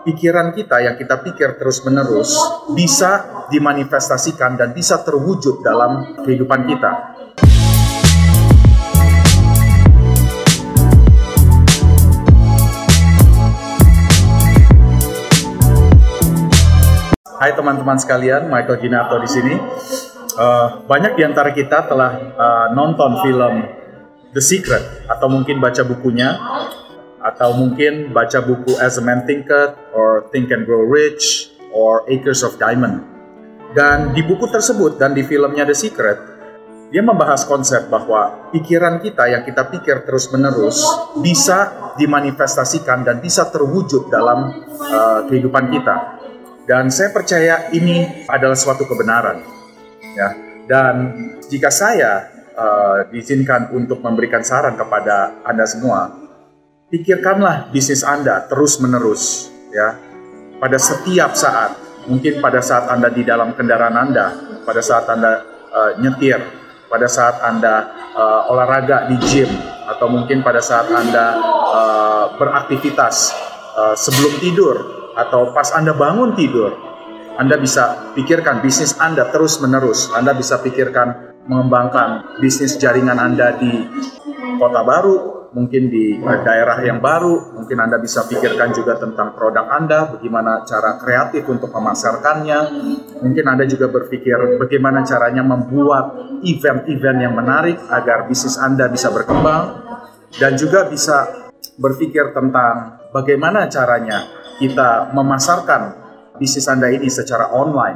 pikiran kita yang kita pikir terus-menerus bisa dimanifestasikan dan bisa terwujud dalam kehidupan kita. Hai teman-teman sekalian, Michael Ginarto di sini. Banyak di antara kita telah nonton film The Secret, atau mungkin baca bukunya, atau mungkin baca buku As a Man Thinketh, or Think and Grow Rich, or Acres of Diamond. Dan di buku tersebut dan di filmnya The Secret, dia membahas konsep bahwa pikiran kita yang kita pikir terus-menerus bisa dimanifestasikan dan bisa terwujud dalam kehidupan kita. Dan saya percaya ini adalah suatu kebenaran, ya. Dan jika saya diizinkan untuk memberikan saran kepada Anda semua, pikirkanlah bisnis Anda terus-menerus, ya. Pada setiap saat, mungkin pada saat Anda di dalam kendaraan Anda, pada saat Anda nyetir, pada saat Anda olahraga di gym, atau mungkin pada saat Anda beraktivitas sebelum tidur, atau pas Anda bangun tidur, Anda bisa pikirkan bisnis Anda terus-menerus. Anda bisa pikirkan mengembangkan bisnis jaringan Anda di kota baru, mungkin di daerah yang baru. Mungkin Anda bisa pikirkan juga tentang produk Anda, bagaimana cara kreatif untuk memasarkannya. Mungkin Anda juga berpikir bagaimana caranya membuat event-event yang menarik agar bisnis Anda bisa berkembang. Dan juga bisa berpikir tentang bagaimana caranya kita memasarkan bisnis Anda ini secara online.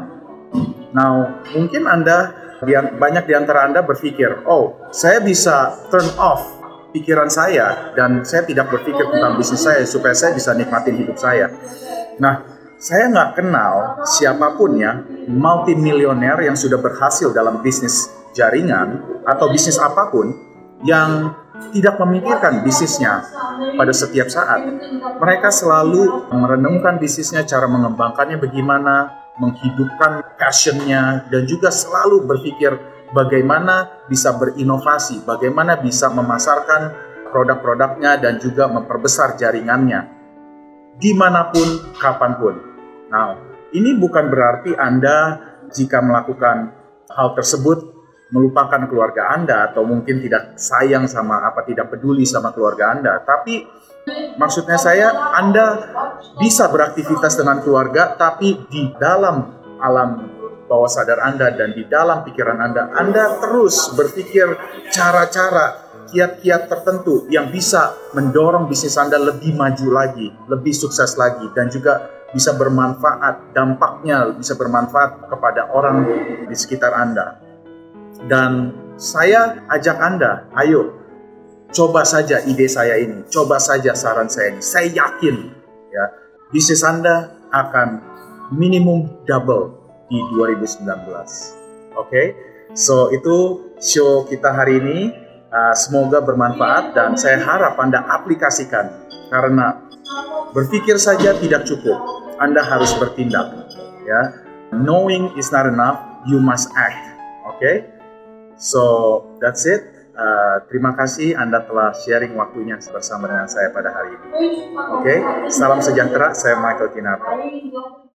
Now, mungkin banyak di antara Anda berpikir, saya bisa turn off pikiran saya dan saya tidak berpikir tentang bisnis saya supaya saya bisa nikmatin hidup saya. Nah, saya nggak kenal siapapun ya, multimilioner yang sudah berhasil dalam bisnis jaringan atau bisnis apapun yang tidak memikirkan bisnisnya pada setiap saat. Mereka selalu merenungkan bisnisnya, cara mengembangkannya bagaimana, menghidupkan passionnya, dan juga selalu berpikir bagaimana bisa berinovasi, bagaimana bisa memasarkan produk-produknya dan juga memperbesar jaringannya dimanapun, kapanpun. Nah, ini bukan berarti Anda jika melakukan hal tersebut melupakan keluarga Anda atau mungkin tidak sayang tidak peduli sama keluarga Anda. Tapi maksudnya saya, Anda bisa beraktivitas dengan keluarga, tapi di dalam alam bawah sadar Anda dan di dalam pikiran Anda terus berpikir cara-cara, kiat-kiat tertentu yang bisa mendorong bisnis Anda lebih maju lagi, lebih sukses lagi, dan juga bisa bermanfaat, dampaknya bisa bermanfaat kepada orang di sekitar Anda. Dan saya ajak Anda, ayo coba saja ide saya ini, coba saja saran saya ini. Saya yakin ya, bisnis Anda akan minimum double di 2019. Oke? So itu show kita hari ini. Semoga bermanfaat dan saya harap Anda aplikasikan, karena berpikir saja tidak cukup. Anda harus bertindak, ya. Knowing is not enough, you must act. Oke? So, that's it. Terima kasih Anda telah sharing waktunya bersama dengan saya pada hari ini. Oke? Salam sejahtera, saya Michael Ginarto.